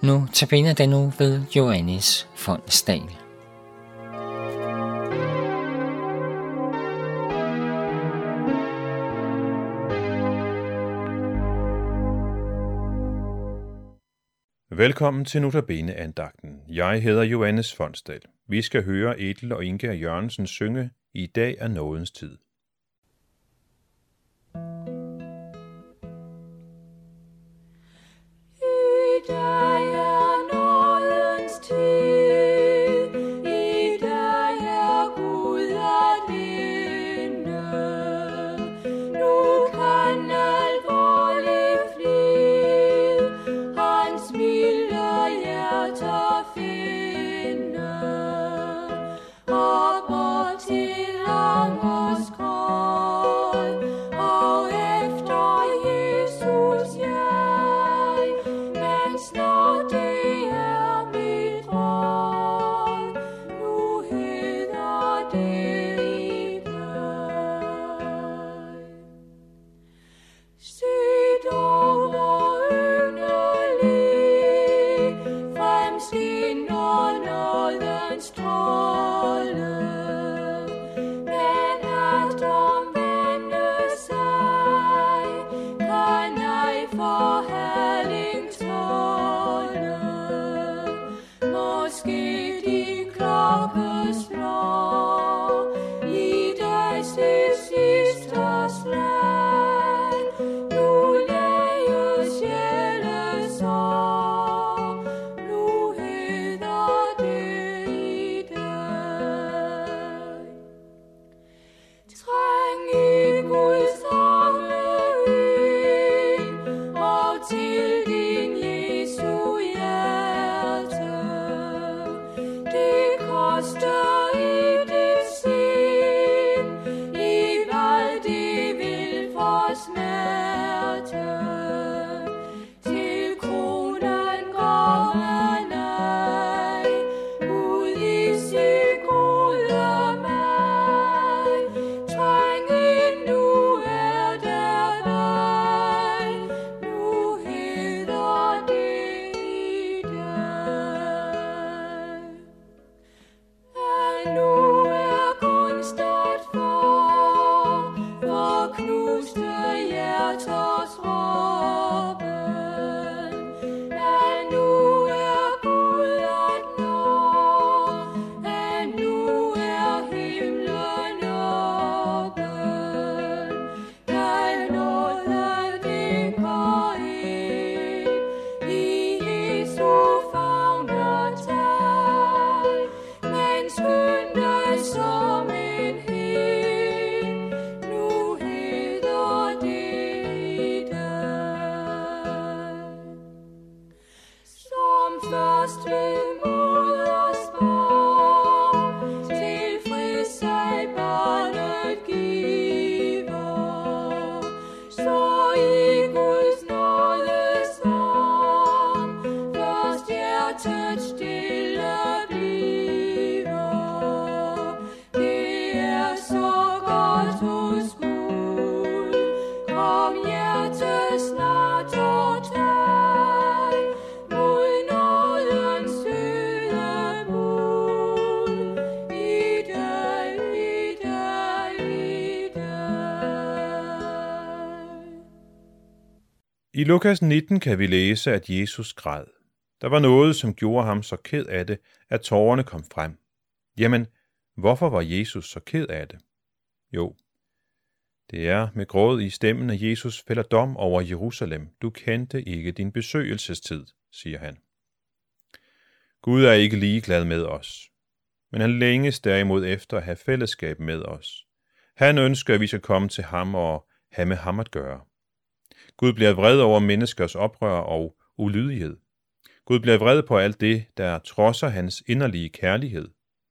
Nu tabiner den nu ved Johannes Fonsdal. Velkommen til Notabene-andagten. Jeg hedder Johannes Fonsdal. Vi skal høre Ethel og Inga Jørgensen synge I dag er nådens tid. I Lukas 19 kan vi læse, at Jesus græd. Der var noget, som gjorde ham så ked af det, at tårerne kom frem. Jamen, hvorfor var Jesus så ked af det? Jo, det er med gråd i stemmen, at Jesus fælder dom over Jerusalem. Du kendte ikke din besøgelsestid, siger han. Gud er ikke ligeglad med os, men han længes derimod efter at have fællesskab med os. Han ønsker, at vi skal komme til ham og have med ham at gøre. Gud bliver vred over menneskers oprør og ulydighed. Gud bliver vred på alt det, der trodser hans inderlige kærlighed.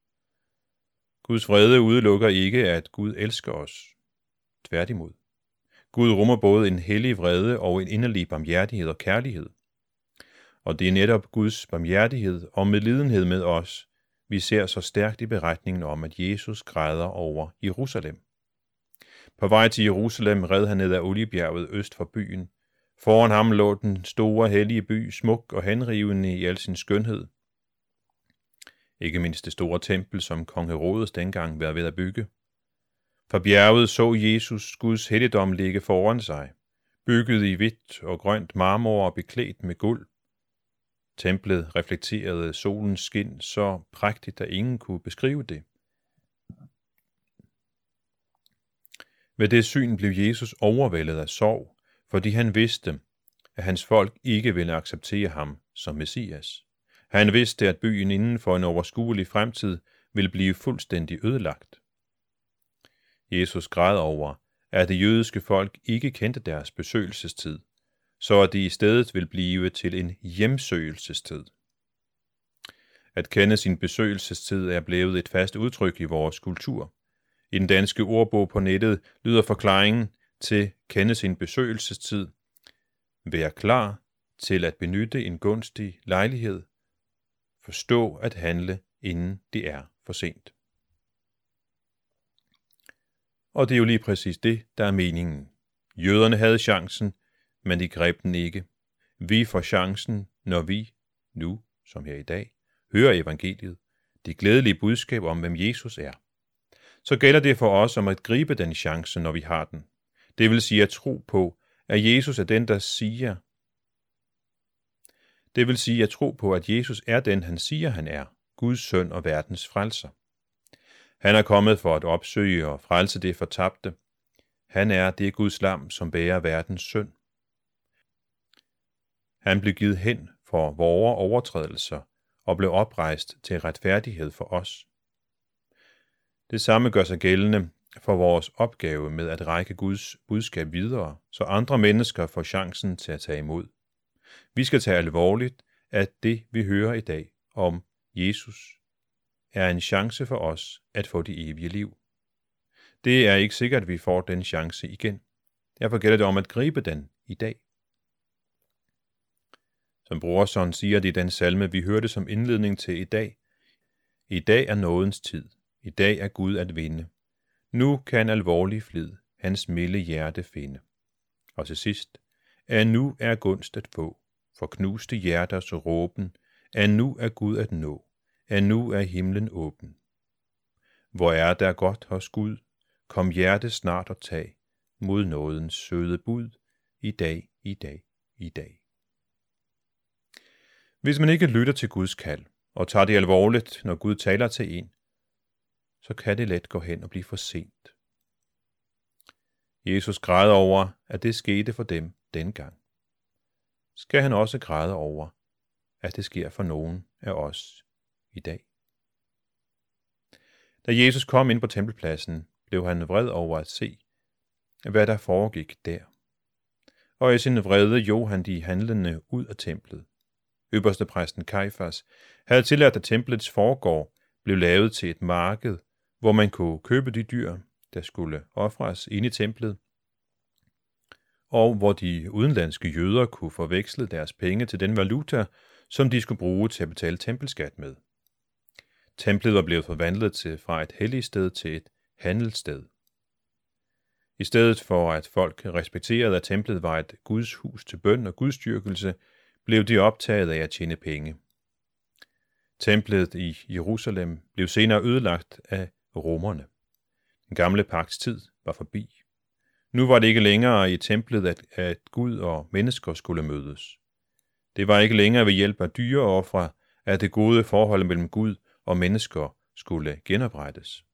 Guds vrede udelukker ikke, at Gud elsker os. Tværtimod. Gud rummer både en hellig vrede og en inderlig barmhjertighed og kærlighed. Og det er netop Guds barmhjertighed og medlidenhed med os, vi ser så stærkt i beretningen om, at Jesus græder over Jerusalem. På vej til Jerusalem red han ned ad Oliebjerget øst for byen, Foran ham lå den store hellige by, smuk og henrivende i al sin skønhed. Ikke mindst det store tempel, som kong Herodes dengang var ved at bygge. Fra bjerget så Jesus Guds helligdom ligge foran sig, bygget i hvidt og grønt marmor og beklædt med guld. Templet reflekterede solens skin så prægtigt, at ingen kunne beskrive det. Ved det syn blev Jesus overvældet af sorg, fordi han vidste, at hans folk ikke ville acceptere ham som Messias. Han vidste, at byen inden for en overskuelig fremtid ville blive fuldstændig ødelagt. Jesus græd over, at det jødiske folk ikke kendte deres besøgelsestid, så at det i stedet vil blive til en hjemsøgelsestid. At kende sin besøgelsestid er blevet et fast udtryk i vores kultur. I den danske ordbog på nettet lyder forklaringen til kende sin besøgelsestid: vær klar til at benytte en gunstig lejlighed. Forstå at handle, inden det er for sent. Og det er jo lige præcis det, der er meningen. Jøderne havde chancen, men de greb den ikke. Vi får chancen, når vi, nu som her i dag, hører evangeliet, det glædelige budskab om, hvem Jesus er. Så gælder det for os om at gribe den chance, når vi har den. Det vil sige at tro på, at Jesus er den, der siger. Det vil sige at tro på, at Jesus er den, han siger, han er, Guds søn og verdens frelser. Han er kommet for at opsøge og frelse det fortabte. Han er det Guds lam, som bærer verdens synd. Han blev givet hen for vore overtrædelser og blev oprejst til retfærdighed for os. Det samme gør sig gældende for vores opgave med at række Guds budskab videre, så andre mennesker får chancen til at tage imod. Vi skal tage alvorligt, at det, vi hører i dag om Jesus, er en chance for os at få det evige liv. Det er ikke sikkert, at vi får den chance igen. Derfor gælder det om at gribe den i dag. Som Brorson siger det i den salme, vi hørte som indledning til i dag. I dag er nådens tid. I dag er Gud at vinde. Nu kan alvorlig flid hans milde hjerte finde. Og til sidst, at nu er gunst at få, for knuste hjerters råben, at nu er Gud at nå, at nu er himlen åben. Hvor er der godt hos Gud, kom hjerte snart og tag, mod nådens søde bud, i dag, i dag, i dag. Hvis man ikke lytter til Guds kald, og tager det alvorligt, når Gud taler til en, så kan det let gå hen og blive for sent. Jesus græder over, at det skete for dem dengang. Skal han også græde over, at det sker for nogen af os i dag? Da Jesus kom ind på tempelpladsen, blev han vred over at se, hvad der foregik der. Og i sin vrede jog han de handlende ud af templet. Øverstepræsten Kajfas havde tilladt, at templets forgård blev lavet til et marked, hvor man kunne købe de dyr, der skulle ofres inde i templet, og hvor de udenlandske jøder kunne forveksle deres penge til den valuta, som de skulle bruge til at betale tempelskat med. Templet var blevet forvandlet fra et helligt sted til et handelssted. I stedet for at folk respekterede, at templet var et Guds hus til bøn og gudstyrkelse, blev de optaget af at tjene penge. Templet i Jerusalem blev senere ødelagt af romerne. Den gamle pagts tid var forbi. Nu var det ikke længere i templet, at Gud og mennesker skulle mødes. Det var ikke længere ved hjælp af dyreofre, at det gode forhold mellem Gud og mennesker skulle genoprettes.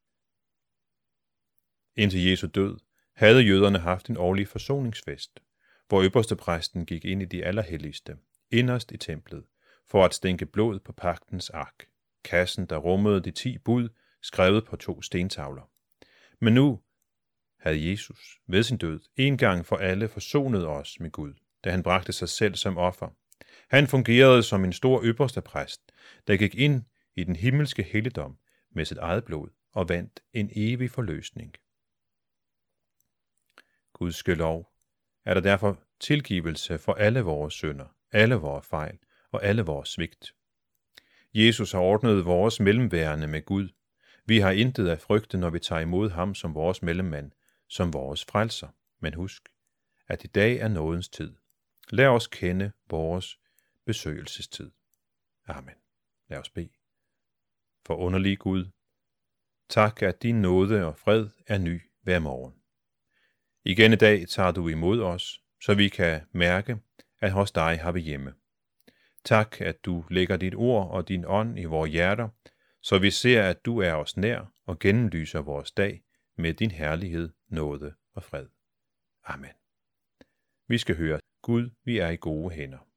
Indtil Jesu død havde jøderne haft en årlig forsoningsfest, hvor øverstepræsten gik ind i de allerhelligste, inderst i templet, for at stænke blod på pagtens ark, kassen, der rummede de 10 bud, skrevet på 2 stentavler. Men nu havde Jesus ved sin død en gang for alle forsonet os med Gud, da han bragte sig selv som offer. Han fungerede som en stor ypperstepræst, der gik ind i den himmelske helligdom med sit eget blod og vandt en evig forløsning. Guds lov er der derfor tilgivelse for alle vores synder, alle vores fejl og alle vores svigt. Jesus har ordnet vores mellemværende med Gud. Vi har intet at frygte, når vi tager imod ham som vores mellemmand, som vores frelser. Men husk, at i dag er nådens tid. Lad os kende vores besøgelsestid. Amen. Lad os bede. For underlig Gud, tak at din nåde og fred er ny hver morgen. Igen i dag tager du imod os, så vi kan mærke, at hos dig har vi hjemme. Tak, at du lægger dit ord og din ånd i vores hjerter, så vi ser, at du er os nær og gennemlyser vores dag med din herlighed, nåde og fred. Amen. Vi skal høre, Gud, vi er i gode hænder.